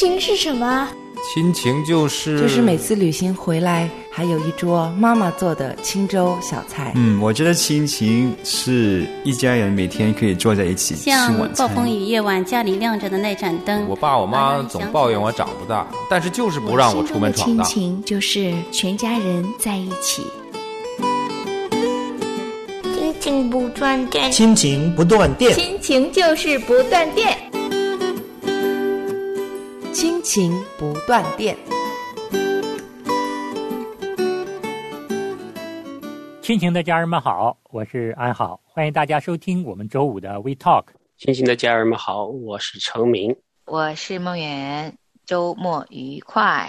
情是什么？ 亲情就是每次旅行回来还有一桌妈妈做的清粥小菜。 我觉得亲情是一家人每天可以坐在一起吃晚餐。 像暴风雨夜晚家里亮着的那盏灯， 我爸我妈总抱怨我长不大，但是就是不让我出门闯荡。 亲情就是全家人在一起。 亲情不断电， 亲情不断电， 亲情就是不断电， 亲情不断电。 亲情的家人们好，我是安好，欢迎大家收听我们周五的 We Talk。 亲情的家人们好，我是程明， 我是梦圆，周末愉快。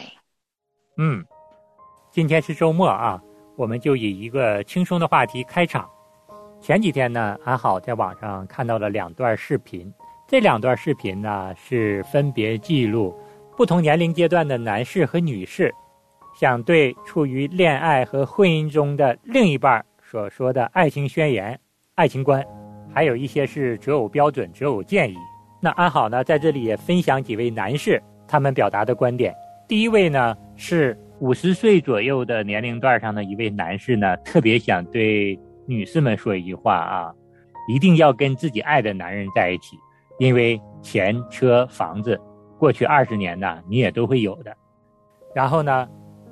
今天是周末啊，我们就以一个轻松的话题开场。前几天呢，安好在网上看到了2段视频，这2段视频呢是分别记录不同年龄阶段的男士和女士想对处于恋爱和婚姻中的另一半所说的爱情宣言、爱情观，还有一些是择偶标准、择偶建议。那安好呢在这里也分享几位男士他们表达的观点。第一位呢是50岁左右的年龄段上的一位男士呢，特别想对女士们说一句话啊，一定要跟自己爱的男人在一起，因为钱、车、房子过去20年呢你也都会有的。然后呢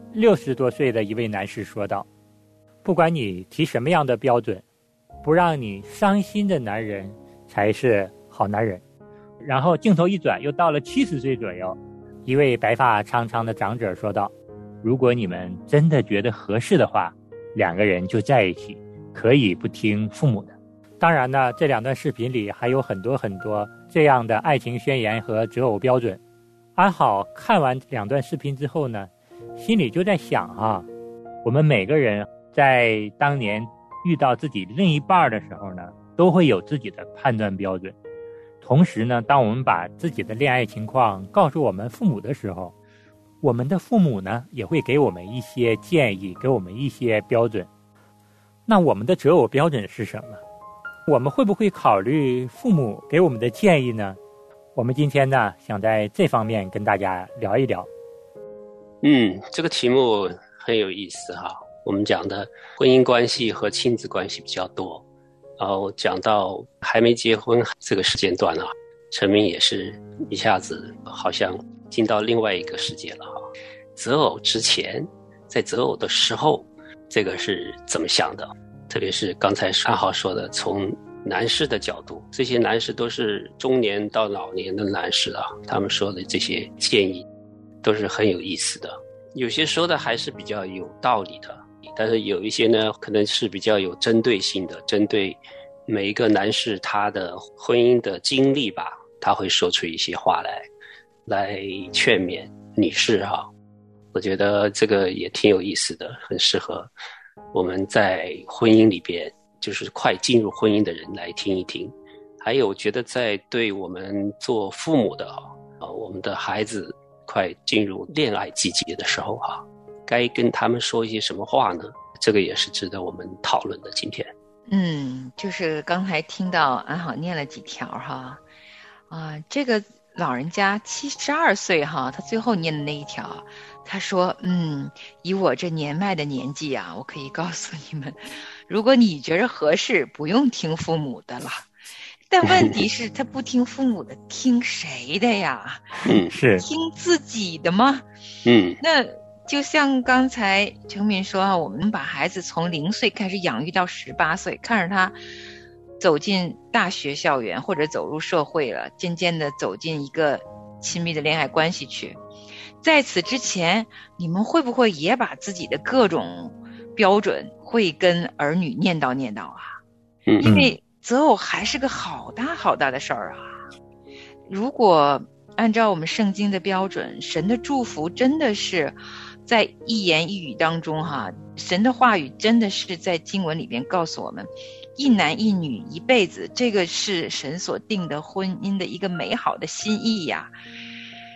60多岁的一位男士说道，不管你提什么样的标准，不让你伤心的男人才是好男人。然后镜头一转，又到了70岁左右，一位白发苍苍的长者说道，如果你们真的觉得合适的话，2个人就在一起，可以不听父母的。当然呢，这2段视频里还有很多很多这样的爱情宣言和择偶标准。安好看完2段视频之后呢，心里就在想啊，我们每个人在当年遇到自己另一半的时候呢，都会有自己的判断标准。同时呢，当我们把自己的恋爱情况告诉我们父母的时候，我们的父母呢也会给我们一些建议，给我们一些标准。那我们的择偶标准是什么？我们会不会考虑父母给我们的建议呢？我们今天呢想在这方面跟大家聊一聊。 这个题目很有意思哈。我们讲的婚姻关系和亲子关系比较多，然后讲到还没结婚这个时间段啊，陈明也是一下子好像进到另外一个世界了哈。择偶之前，在择偶的时候，这个是怎么想的？特别是刚才安豪说的，从男士的角度，这些男士都是中年到老年的男士啊，他们说的这些建议都是很有意思的。有些说的还是比较有道理的，但是有一些呢可能是比较有针对性的，针对每一个男士他的婚姻的经历吧，他会说出一些话来劝勉女士哈。我觉得这个也挺有意思的，很适合我们在婚姻里边就是快进入婚姻的人来听一听。还有我觉得在对我们做父母的我们的孩子快进入恋爱季节的时候该跟他们说一些什么话呢？这个也是值得我们讨论的今天。 就是刚才听到安好念了几条这个老人家72岁他最后念的那一条，他说以我这年迈的年纪我可以告诉你们，如果你觉得合适，不用听父母的了。但问题是他不听父母的，听谁的呀？ 是听自己的吗？那就像刚才程敏说我们把孩子从0岁开始养育到18岁，看着他走进大学校园或者走入社会了，渐渐的走进一个亲密的恋爱关系去。在此之前，你们会不会也把自己的各种标准会跟儿女念叨因为择偶还是个好大好大的事儿如果按照我们圣经的标准，神的祝福真的是在一言一语当中神的话语真的是在经文里边告诉我们，一男一女一辈子，这个是神所定的婚姻的一个美好的心意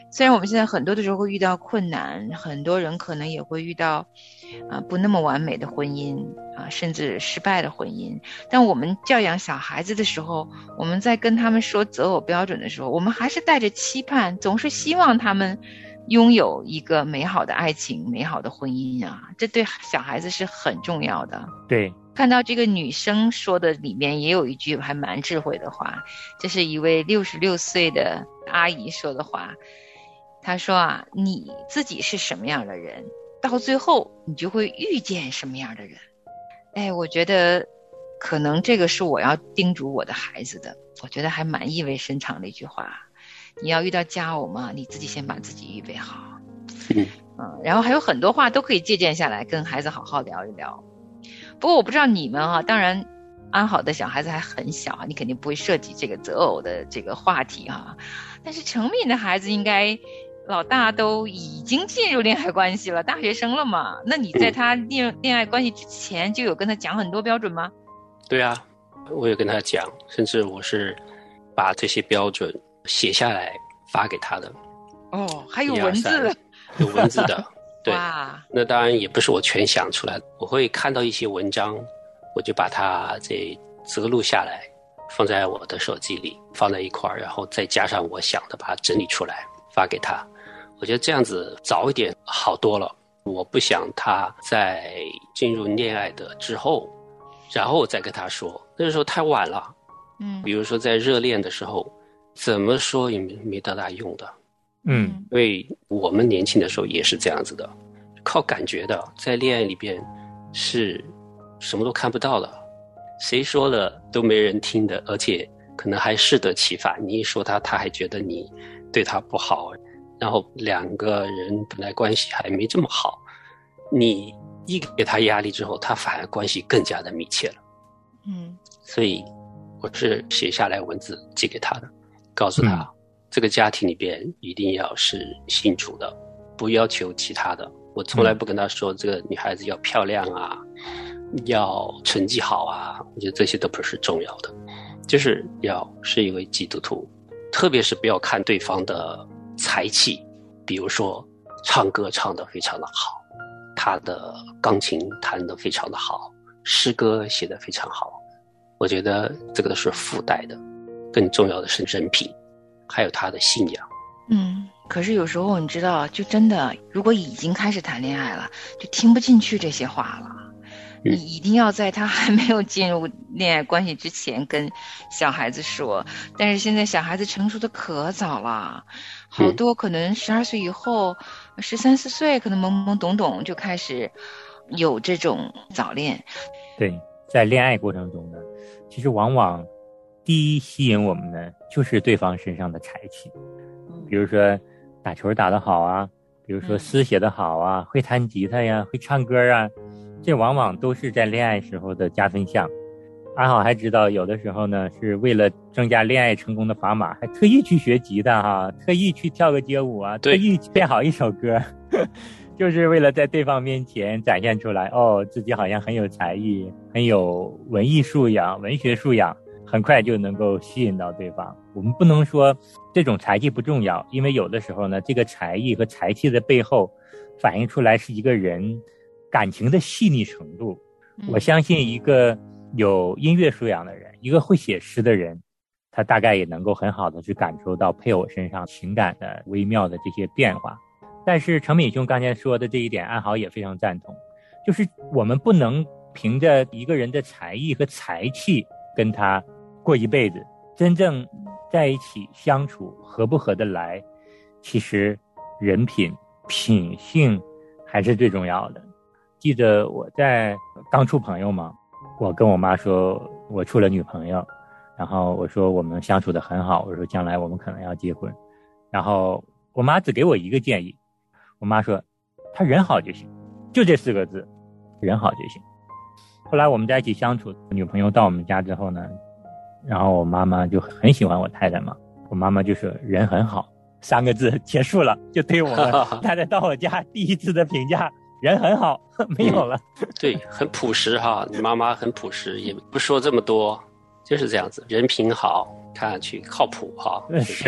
虽然我们现在很多的时候会遇到困难，很多人可能也会遇到不那么完美的婚姻甚至失败的婚姻，但我们教养小孩子的时候，我们在跟他们说择偶标准的时候，我们还是带着期盼，总是希望他们拥有一个美好的爱情，美好的婚姻这对小孩子是很重要的。 对， 看到这个女生说的里面也有一句还蛮智慧的话，这是一位66岁的阿姨说的话。她说你自己是什么样的人，到最后你就会遇见什么样的人。我觉得可能这个是我要叮嘱我的孩子的，我觉得还蛮意味深长的一句话。你要遇到佳偶嘛，你自己先把自己预备好。然后还有很多话都可以借鉴下来，跟孩子好好聊一聊。不过我不知道你们当然安好的小孩子还很小你肯定不会涉及这个择偶的这个话题但是成敏的孩子应该老大都已经进入恋爱关系了，大学生了嘛，那你在他恋爱关系之前就有跟他讲很多标准吗？ 对啊，我有跟他讲，甚至我是把这些标准写下来发给他的。 还有文字？ 有文字的。对， 那当然也不是我全想出来，我会看到一些文章，我就把它摘录下来，放在我的手机里，放在一块儿，然后再加上我想的，把它整理出来发给他。我觉得这样子早一点好多了。我不想他在进入恋爱的之后，然后我再跟他说，那个时候太晚了。比如说在热恋的时候，怎么说也没多大用的。因为我们年轻的时候也是这样子的，靠感觉的，在恋爱里边是什么都看不到的，谁说了都没人听的，而且可能还适得其反。你一说他还觉得你对他不好，然后两个人本来关系还没这么好，你一给他压力之后，他反而关系更加的密切了。所以我是写下来文字寄给他的，告诉他这个家庭里边一定要是信主的，不要求其他的。我从来不跟他说这个女孩子要漂亮要成绩好我觉得这些都不是重要的，就是要是一位基督徒，特别是不要看对方的才气，比如说唱歌唱得非常的好，他的钢琴弹得非常的好，诗歌写得非常好，我觉得这个都是附带的，更重要的是人品，还有他的信仰。 可是有时候你知道，就真的如果已经开始谈恋爱了，就听不进去这些话了。你一定要在他还没有进入恋爱关系之前跟小孩子说。但是现在小孩子成熟的可早了，好多可能12岁以后13、14岁可能懵懵懂懂就开始有这种早恋。 对，在恋爱过程中呢，其实往往第一吸引我们的就是对方身上的才气，比如说打球打得好比如说诗写得好会弹吉他会唱歌这往往都是在恋爱时候的加分项。安好还知道有的时候呢，是为了增加恋爱成功的砝码，还特意去学吉他特意去跳个街舞特意编好一首歌就是为了在对方面前展现出来自己好像很有才艺，很有文艺素养，文学素养，很快就能够吸引到对方。我们不能说这种才气不重要，因为有的时候呢，这个才艺和才气的背后反映出来是一个人感情的细腻程度。我相信一个有音乐素养的人，一个会写诗的人，他大概也能够很好的去感受到配偶身上情感的微妙的这些变化。但是程敏兄刚才说的这一点，安好也非常赞同，就是我们不能凭着一个人的才艺和才气跟他过一辈子，真正在一起相处合不合得来，其实人品品性还是最重要的。记得我在刚处朋友嘛，我跟我妈说我处了女朋友，然后我说我们相处得很好，我说将来我们可能要结婚，然后我妈只给我一个建议，我妈说他人好就行，就这4个字，人好就行。后来我们在一起相处，女朋友到我们家之后呢，然后我妈妈就很喜欢我太太嘛，我妈妈就说人很好，3个字结束了，就对我们太太到我家第一次的评价，人很好，没有了。 对，很朴实你妈妈很朴实，也不说这么多，就是这样子，人品好，看上去靠谱是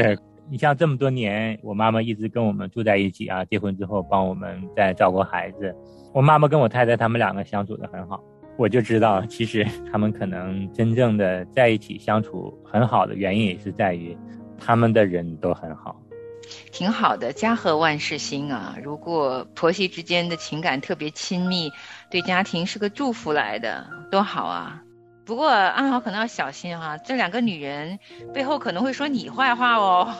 你像这么多年，我妈妈一直跟我们住在一起啊，结婚之后帮我们在照顾孩子。我妈妈跟我太太他们两个相处得很好，我就知道其实他们可能真正的在一起相处很好的原因也是在于他们的人都很好。 挺好的，家和万事兴啊！如果婆媳之间的情感特别亲密，对家庭是个祝福来的，多好啊！不过安好可能要小心啊，这两个女人背后可能会说你坏话哦。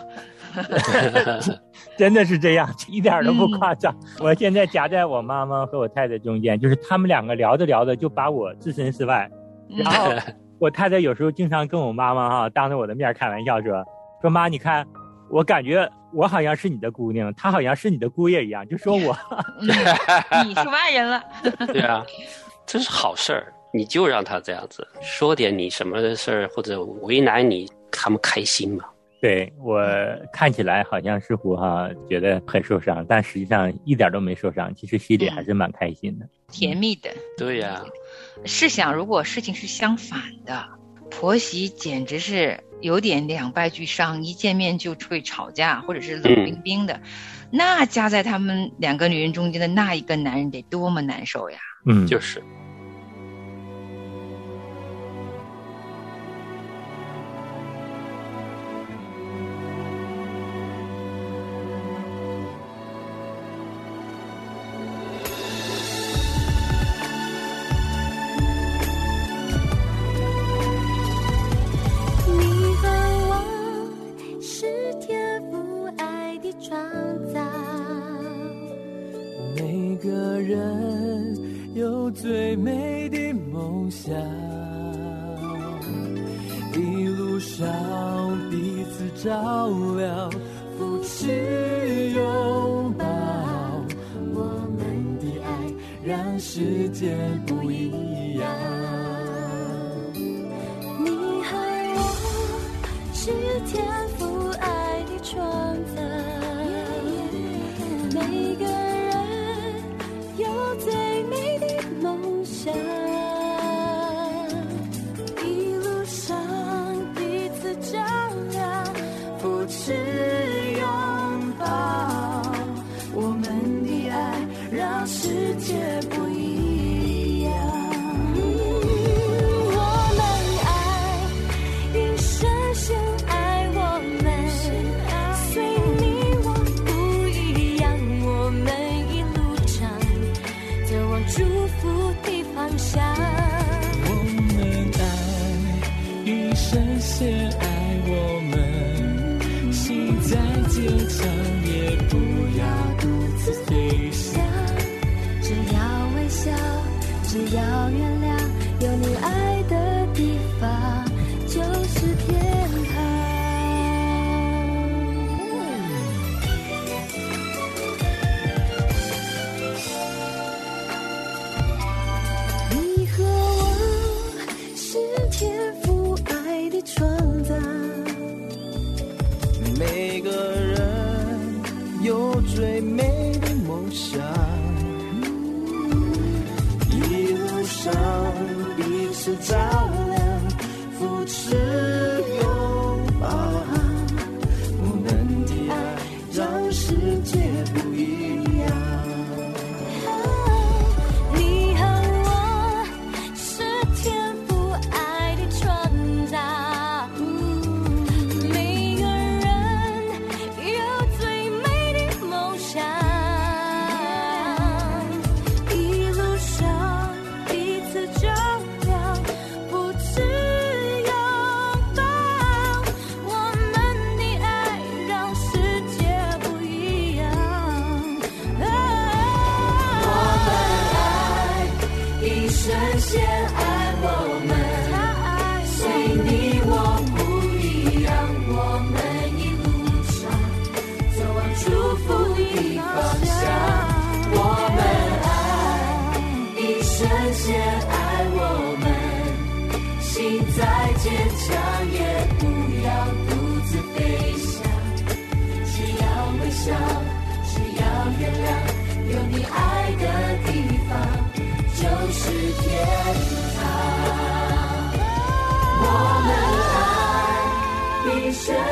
真的是这样，一点都不夸张。我现在夹在我妈妈和我太太中间，就是他们两个聊着聊着就把我置身事外，然后我太太有时候经常跟我妈妈当着我的面开玩笑说妈，你看我感觉我好像是你的姑娘，她好像是你的姑爷一样，就说我你是外人了。 对啊，这是好事儿，你就让他这样子说点你什么的事儿，或者为难你，他们开心嘛。 对，我看起来好像似乎觉得很受伤，但实际上一点都没受伤，其实心里还是蛮开心的， 甜蜜的。 对呀， 试想如果事情是相反的，婆媳简直是有点两败俱伤，一见面就会吵架，或者是冷冰冰的，那夹在他们两个女人中间的那一个男人得多么难受呀。 就是。 最美的梦想，一路上彼此照亮，扶持拥抱，我们的爱让世界不一样。 你和我是天赋爱的创造，每个人有最美的梦想，一路上彼此照亮，扶持拥抱，我们的爱让世界不一样。我们爱，一生先爱我们，随你我不一样，我们一路上走往祝福的方向。 我们爱，一生先爱我们，心再坚强也不要独自飞翔。 只要微笑，只要原谅，有你爱的地方就是天堂。你和我是天赋爱的创造， 每个人有最美的梦想，一路上彼此照亮，扶持拥抱，我们的爱让世界不一样。 你和我是天赋爱的创造，每个人有最美的梦想，一路上彼此照亮，扶持拥抱，我们的爱让世界不一样。我们爱，一生先爱我们，随你我不一样，我们一路上走往祝福的方向。我们爱，一生先爱我们，心再坚强也不要独自飞翔。只要微笑，只要原谅，有你爱的地方就是天堂。我们爱，一生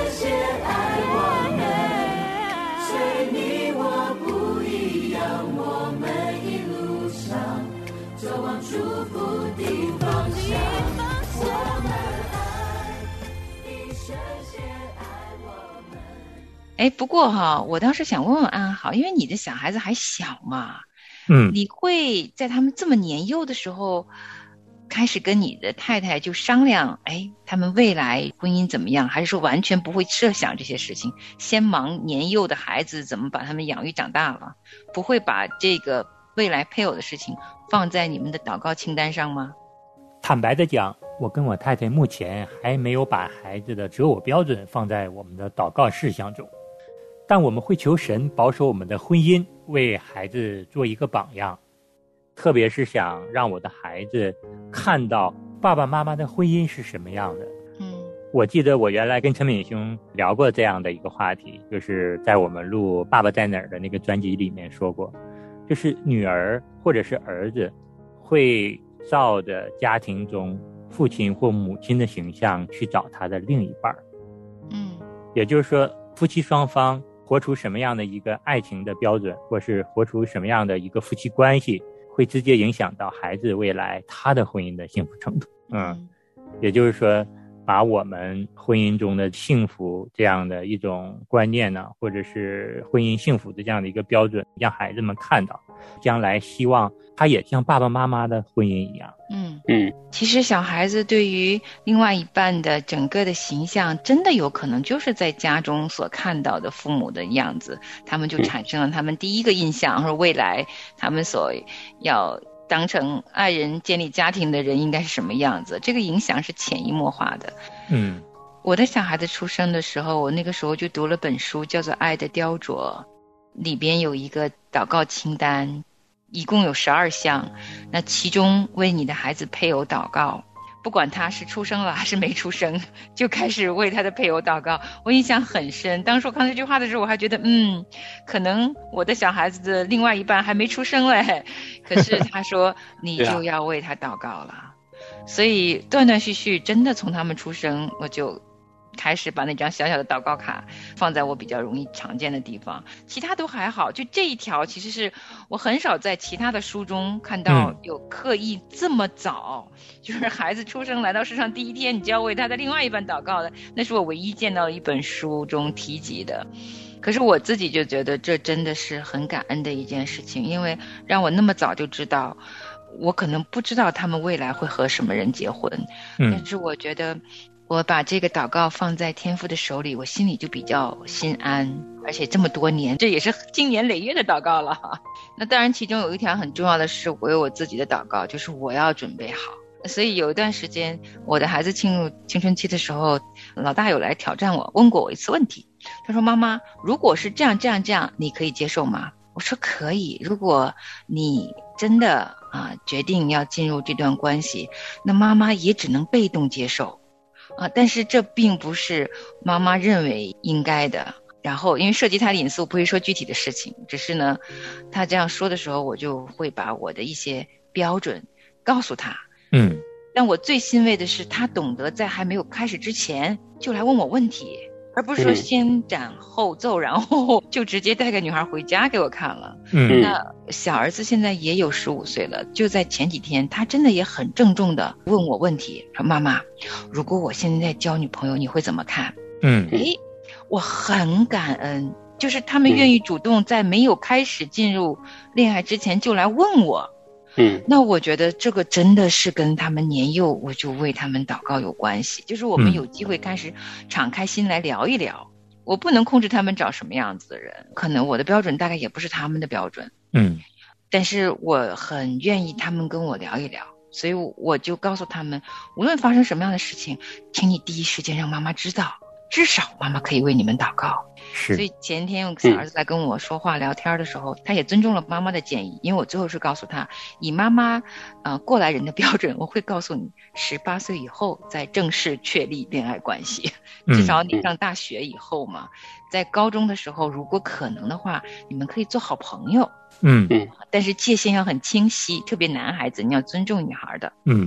先爱我们，随你我不一样，我们一路上走往祝福的方向。我们爱你，神先爱我们。 哎，不过哈，我当时想问问安好，因为你的小孩子还小嘛，你会在他们这么年幼的时候开始跟你的太太就商量，哎，他们未来婚姻怎么样？还是说完全不会设想这些事情，先忙年幼的孩子怎么把他们养育长大了，不会把这个未来配偶的事情放在你们的祷告清单上吗？ 坦白的讲，我跟我太太目前还没有把孩子的择偶标准放在我们的祷告事项中，但我们会求神保守我们的婚姻，为孩子做一个榜样，特别是想让我的孩子看到爸爸妈妈的婚姻是什么样的。我记得我原来跟陈敏兄聊过这样的一个话题，就是在我们录《爸爸在哪儿》的那个专辑里面说过，就是女儿或者是儿子会照着家庭中父亲或母亲的形象去找他的另一半。也就是说，夫妻双方活出什么样的一个爱情的标准，或是活出什么样的一个夫妻关系，会直接影响到孩子未来他的婚姻的幸福程度。也就是说，把我们婚姻中的幸福这样的一种观念呢，或者是婚姻幸福的这样的一个标准，让孩子们看到，将来希望他也像爸爸妈妈的婚姻一样。 其实小孩子对于另外一半的整个的形象，真的有可能就是在家中所看到的父母的样子，他们就产生了他们第一个印象，或者未来他们所要当成爱人建立家庭的人应该是什么样子，这个影响是潜移默化的。我的小孩子出生的时候，我那个时候就读了本书叫做《爱的雕琢》，里边有一个祷告清单，一共有12项，那其中为你的孩子配偶祷告，不管他是出生了还是没出生，就开始为他的配偶祷告。我印象很深，当时我看这句话的时候，我还觉得可能我的小孩子的另外一半还没出生嘞，可是他说你就要为他祷告了。所以断断续续真的从他们出生，我就开始把那张小小的祷告卡放在我比较容易常见的地方，其他都还好，就这一条其实是我很少在其他的书中看到有刻意这么早，就是孩子出生来到世上第一天你就要为他的另外一半祷告的，那是我唯一见到的一本书中提及的。可是我自己就觉得这真的是很感恩的一件事情，因为让我那么早就知道，我可能不知道他们未来会和什么人结婚，但是我觉得我把这个祷告放在天父的手里，我心里就比较心安，而且这么多年，这也是经年累月的祷告了。那当然其中有一条很重要的是我有我自己的祷告，就是我要准备好。所以有一段时间我的孩子进入青春期的时候，老大有来挑战我，问过我一次问题，他说妈妈，如果是这样这样这样，你可以接受吗？我说可以，如果你真的决定要进入这段关系，那妈妈也只能被动接受但是这并不是妈妈认为应该的。然后因为涉及他的隐私，我不会说具体的事情，只是呢他这样说的时候，我就会把我的一些标准告诉他。但我最欣慰的是他懂得在还没有开始之前就来问我问题，而不是说先斩后奏，然后就直接带个女孩回家给我看了。那小儿子现在也有15岁了，就在前几天他真的也很郑重的问我问题，说妈妈，如果我现在交女朋友你会怎么看？我很感恩，就是他们愿意主动在没有开始进入恋爱之前就来问我。那我觉得这个真的是跟他们年幼我就为他们祷告有关系，就是我们有机会开始敞开心来聊一聊。我不能控制他们找什么样子的人，可能我的标准大概也不是他们的标准，但是我很愿意他们跟我聊一聊，所以我就告诉他们，无论发生什么样的事情，请你第一时间让妈妈知道，至少妈妈可以为你们祷告。所以前天我小儿子来跟我说话聊天的时候，他也尊重了妈妈的建议，因为我最后是告诉他，以妈妈过来人的标准，我会告诉你18岁以后再正式确立恋爱关系，至少你上大学以后嘛，在高中的时候如果可能的话，你们可以做好朋友，但是界限要很清晰，特别男孩子你要尊重女孩的。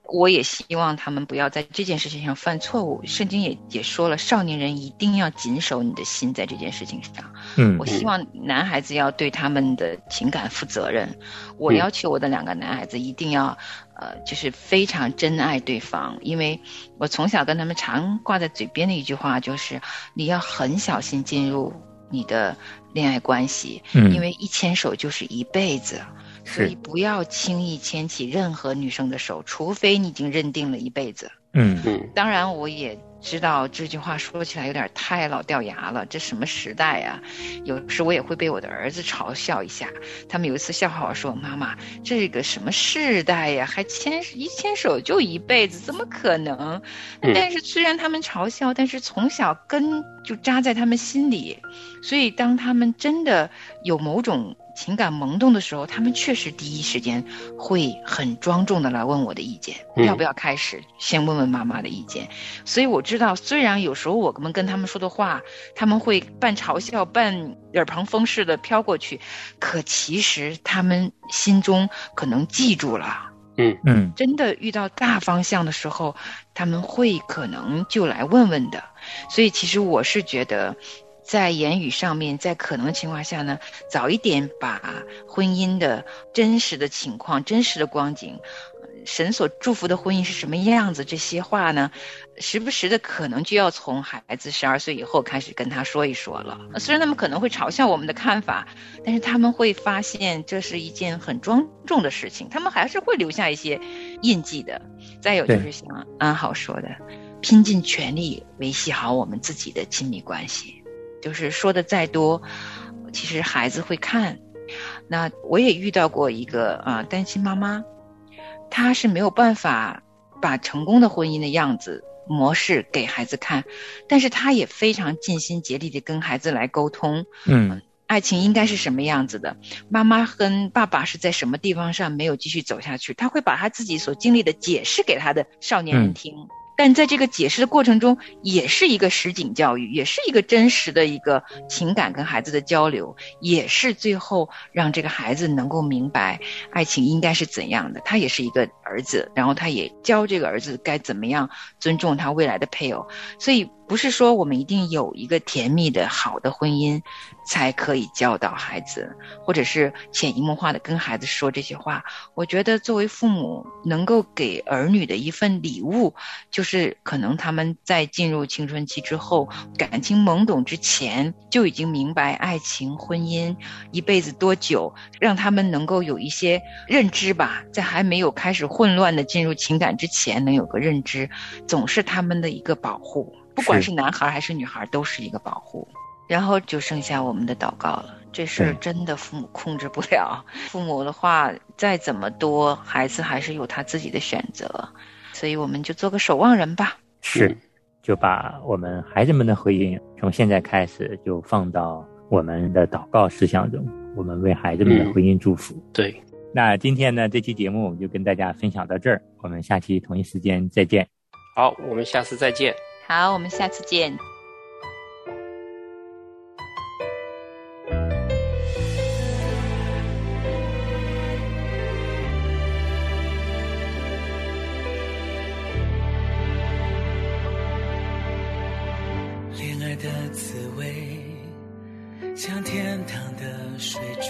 我也希望他们不要在这件事情上犯错误。圣经也说了，少年人一定要谨守你的心在这件事情上。我希望男孩子要对他们的情感负责任。我要求我的2个男孩子一定要就是非常真爱对方，因为我从小跟他们常挂在嘴边的一句话就是你要很小心进入你的恋爱关系，因为一牵手就是一辈子，所以不要轻易牵起任何女生的手，除非你已经认定了一辈子。当然我也知道这句话说起来有点太老掉牙了，这什么时代啊，有时我也会被我的儿子嘲笑一下。他们有一次笑话我说，妈妈，这个什么世代呀，还一牵手就一辈子，怎么可能？但是虽然他们嘲笑，但是从小根就扎在他们心里，所以当他们真的有某种情感萌动的时候，他们确实第一时间会很庄重的来问我的意见，要不要开始，先问问妈妈的意见。所以我知道，虽然有时候我们跟他们说的话，他们会半嘲笑半耳旁风似的飘过去，可其实他们心中可能记住了。真的遇到大方向的时候，他们会可能就来问问的。所以其实我是觉得在言语上面，在可能的情况下呢，早一点把婚姻的真实的情况、真实的光景，神所祝福的婚姻是什么样子，这些话呢，时不时的可能就要从孩子12岁以后开始跟他说一说了。虽然他们可能会嘲笑我们的看法，但是他们会发现这是一件很庄重的事情，他们还是会留下一些印记的。再有就是像安好说的，拼尽全力维系好我们自己的亲密关系，就是说的再多，其实孩子会看。那我也遇到过一个单亲妈妈，她是没有办法把成功的婚姻的样子模式给孩子看，但是她也非常尽心竭力的跟孩子来沟通。爱情应该是什么样子的，妈妈跟爸爸是在什么地方上没有继续走下去，她会把她自己所经历的解释给她的少年人听。但在这个解释的过程中，也是一个实景教育，也是一个真实的一个情感跟孩子的交流，也是最后让这个孩子能够明白爱情应该是怎样的。他也是一个儿子，然后他也教这个儿子该怎么样尊重他未来的配偶。所以不是说我们一定有一个甜蜜的好的婚姻才可以教导孩子，或者是潜移默化的跟孩子说这些话。我觉得作为父母能够给儿女的一份礼物，就是可能他们在进入青春期之后，感情懵懂之前就已经明白爱情婚姻一辈子多久，让他们能够有一些认知吧，在还没有开始混乱的进入情感之前能有个认知，总是他们的一个保护，不管是男孩还是女孩都是一个保护。然后就剩下我们的祷告了，这事儿真的父母控制不了，父母的话再怎么多，孩子还是有他自己的选择，所以我们就做个守望人吧。 是，就把我们孩子们的回应从现在开始就放到我们的祷告事项中，我们为孩子们的婚姻祝福。 对， 那今天呢，这期节目我们就跟大家分享到这儿，我们下期同一时间再见。 好，我们下次再见。 好，我们下次见。 恋爱的滋味像天堂的水珠，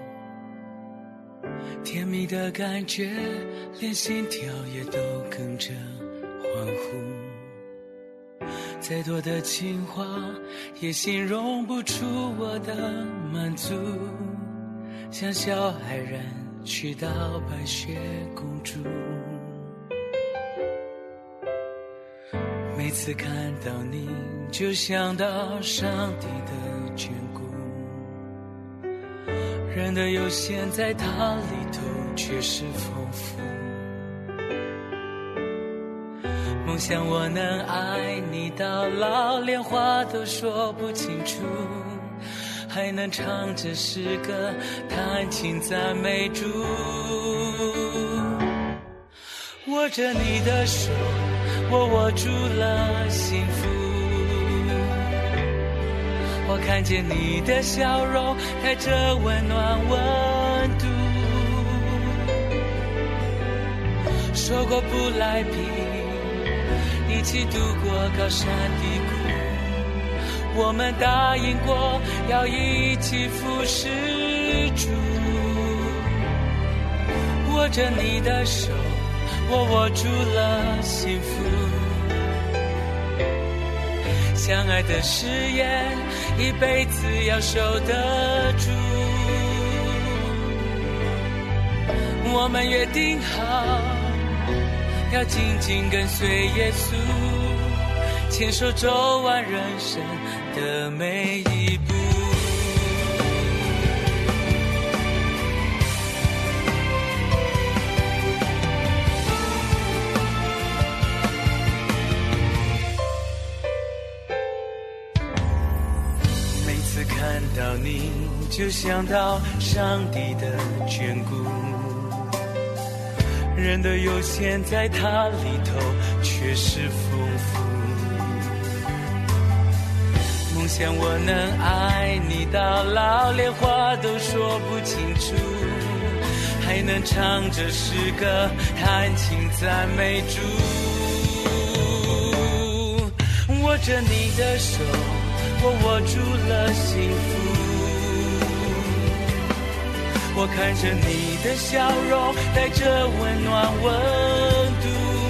甜蜜的感觉连心跳也都跟着欢呼，再多的情话也形容不出我的满足，像小矮人娶到白雪公主。每次看到你就想到上帝的眷顾，人的有限在它里头却是丰富，梦想我能爱你到老，连话都说不清楚，还能唱着诗歌弹琴赞美主，握着你的手我握住了幸福，我看见你的笑容带着温暖温度， 说过不来比，一起度过高山低谷。我们答应过要一起服侍主，握着你的手，我握住了幸福。相爱的誓言，一辈子要守得住。我们约定好，要紧紧跟随耶稣，牵手走完人生的每一步。每次看到你，就想到上帝的眷顾。人的有限在他里头却是丰富，梦想我能爱你到老，连话都说不清楚，还能唱着诗歌弹琴赞美主。握着你的手，我握住了幸福，我看着你的笑容，带着温暖温度。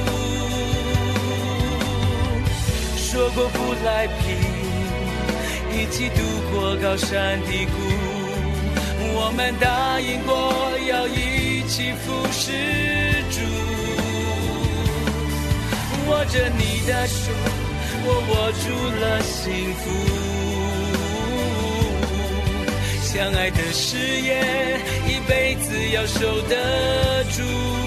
说过不来比，一起度过高山低谷。我们答应过要一起服侍主，握着你的手，我握住了幸福。相爱的誓言，一辈子要守得住。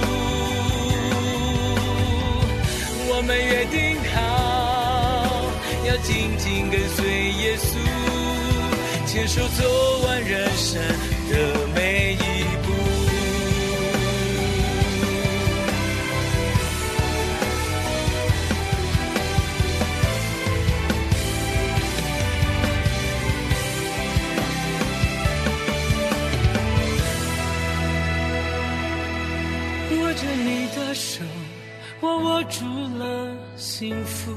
我们约定好，要紧紧跟随耶稣，牵手走完人生的每一步。握着你的手，我握住了幸福，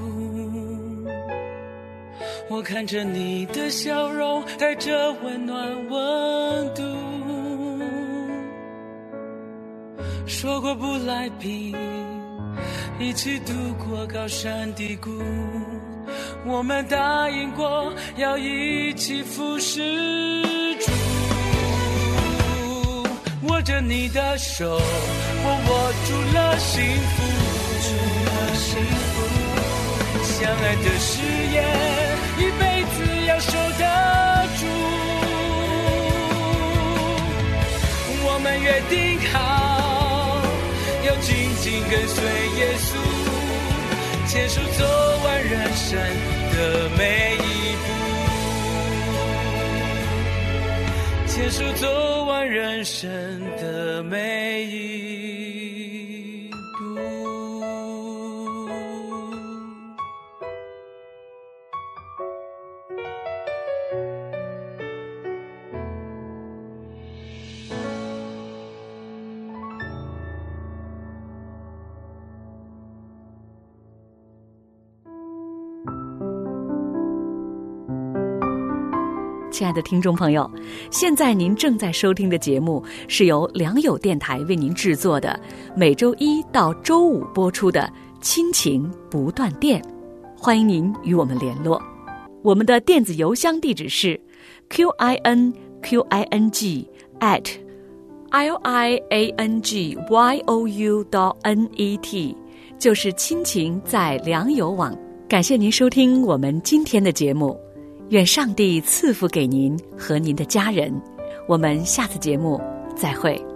我看着你的笑容，带着温暖温度。说过不来比，一起度过高山低谷。我们答应过要一起服侍主，握着你的手，我握住了幸福。相爱的誓言，一辈子要守得住。我们约定好，要紧紧跟随耶稣，牵手走完人生的每一步，牵手走完人生的每一步。 亲爱的听众朋友，现在您正在收听的节目是由良友电台为您制作的，每周一到周五播出的亲情不断电。欢迎您与我们联络，我们的电子邮箱地址是 QINQING@liangyou.net， 就是亲情在良友网。感谢您收听我们今天的节目，愿上帝赐福给您和您的家人。我们下次节目再会。